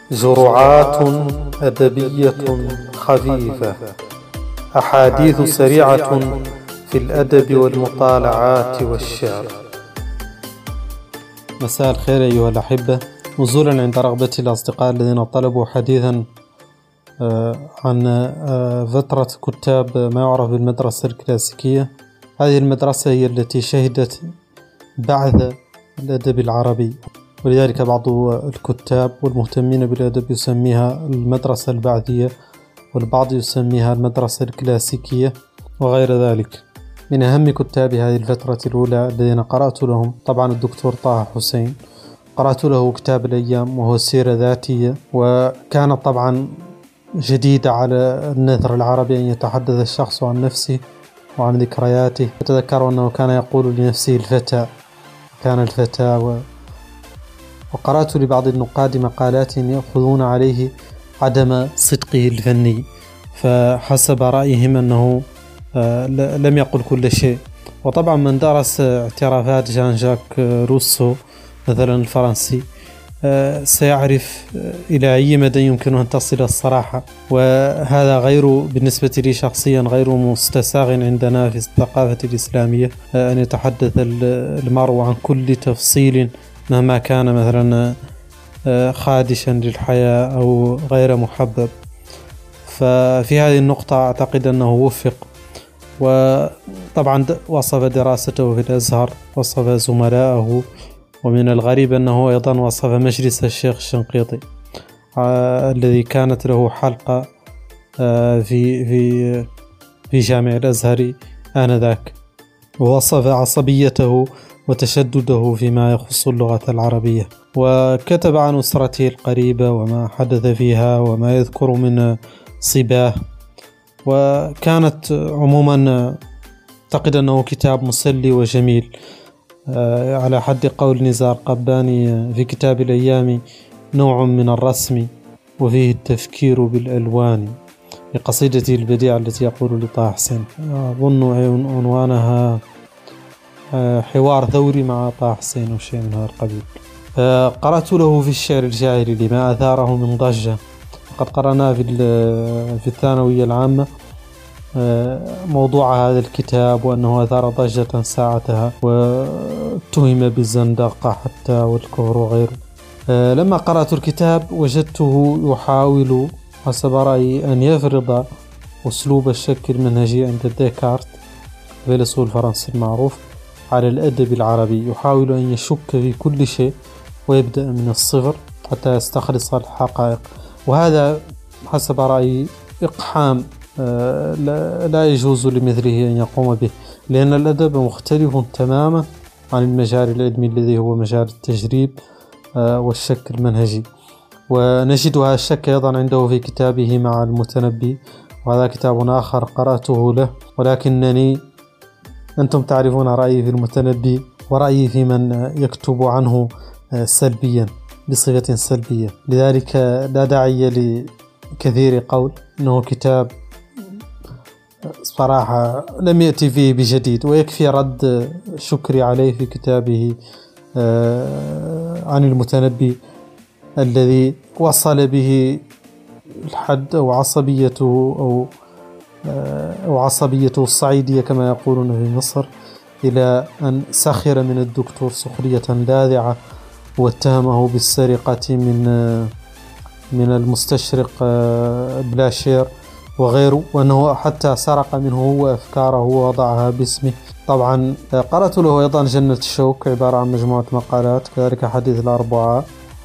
جرعات أدبية خفيفة، أحاديث سريعة في الأدب والمطالعات والشعر. مساء الخير أيها الأحبة، نزولا عند رغبة الأصدقاء الذين طلبوا حديثا عن فترة كتاب ما يعرف بالمدرسة الكلاسيكية. هذه المدرسة هي التي شهدت بعث الأدب العربي، ولذلك بعض الكتاب والمهتمين بالأدب يسميها المدرسة البعثية، والبعض يسميها المدرسة الكلاسيكية وغير ذلك. من أهم كتاب هذه الفترة الأولى الذين قرأت لهم طبعا الدكتور طه حسين، قرأت له كتاب الأيام وهو سيرة ذاتية، وكانت طبعا جديدة على النثر العربي أن يتحدث الشخص عن نفسه وعن ذكرياته. أتذكر أنه كان يقول لنفسه الفتى، كان الفتى وقرأت لبعض النقاد مقالات يأخذون عليه عدم صدقه الفني، فحسب رأيهم أنه لم يقل كل شيء. وطبعا من درس اعترافات جان جاك روسو مثلا الفرنسي سيعرف إلى أي مدى يمكن أن تصل الصراحة، وهذا غير بالنسبة لي شخصيا غير مستساغ عندنا في الثقافة الإسلامية أن يتحدث المرء عن كل تفصيل مهما كان مثلا خادشا للحياة أو غير محبب. ففي هذه النقطة أعتقد أنه وفق، وطبعا وصف دراسته في الأزهر، وصف زملائه، ومن الغريب أنه أيضا وصف مجلس الشيخ الشنقيطي الذي كانت له حلقة في جامع الأزهر آنذاك، ووصف عصبيته وتشدده فيما يخص اللغة العربية، وكتب عن أسرته القريبة وما حدث فيها وما يذكر من صباه. وكانت عموما أعتقد أنه كتاب مسلي وجميل، على حد قول نزار قباني في كتاب الأيام نوع من الرسم وفيه التفكير بالألوان، لقصيدته البديعة التي يقول لطه حسين، أظن عنوانها حوار ثوري مع طه حسين وشيء من هذا القبيل. قرأت له في الشعر الجاهلي لما أثاره من ضجة، قد قرأناه في الثانوية العامة موضوع هذا الكتاب، وأنه أثار ضجة ساعتها واتهم بالزندقة حتى والكفر وغيره. لما قرأت الكتاب وجدته يحاول حسب رأيي أن يفرض أسلوب الشك المنهجي عند ديكارت الفيلسوف الفرنسي المعروف على الأدب العربي، يحاول أن يشك في كل شيء ويبدأ من الصفر حتى يستخلص الحقائق، وهذا حسب رأيي إقحام لا يجوز لمثله أن يقوم به، لأن الأدب مختلف تماما عن المجال العلمي الذي هو مجال التجريب والشك المنهجي. ونجد هذا الشك أيضا عنده في كتابه مع المتنبي، وهذا كتاب آخر قرأته له، ولكنني أنتم تعرفون رأيي في المتنبي ورأيي في من يكتب عنه سلبيا بصفة سلبية، لذلك لا داعي لكثير قول إنه كتاب صراحة لم يأتي فيه بجديد، ويكفي رد شكري عليه في كتابه عن المتنبي الذي وصل به الحد أو عصبيته الصعيدية كما يقولون في مصر، إلى أن سخر من الدكتور سخرية لاذعة واتهمه بالسرقة من المستشرق بلاشير وغيره، وأنه حتى سرق منه هو أفكاره ووضعها باسمه. طبعا قرأت له أيضا جنة الشوك، عبارة عن مجموعة مقالات، كذلك حديث الأربعاء.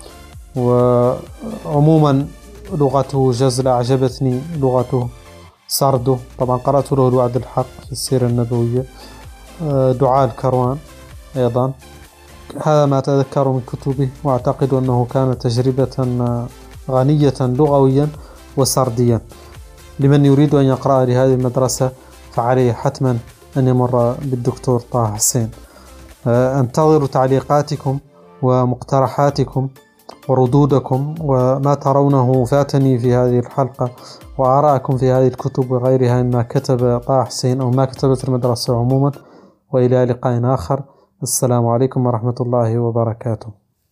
وعموما لغته جزلة، أعجبتني لغته، سرده. طبعا قرأت له الوعد الحق في السيرة النبوية، دعاء الكروان أيضا. هذا ما أتذكر من كتبه، وأعتقد أنه كان تجربة غنية لغويا وسرديا. لمن يريد أن يقرأ لهذه المدرسة فعليه حتما أن يمر بالدكتور طه حسين. أنتظر تعليقاتكم ومقترحاتكم وردودكم وما ترونه فاتني في هذه الحلقة، وآراءكم في هذه الكتب وغيرها مما كتب طه حسين أو ما كتبت المدرسة عموما. وإلى لقاء آخر، السلام عليكم ورحمة الله وبركاته.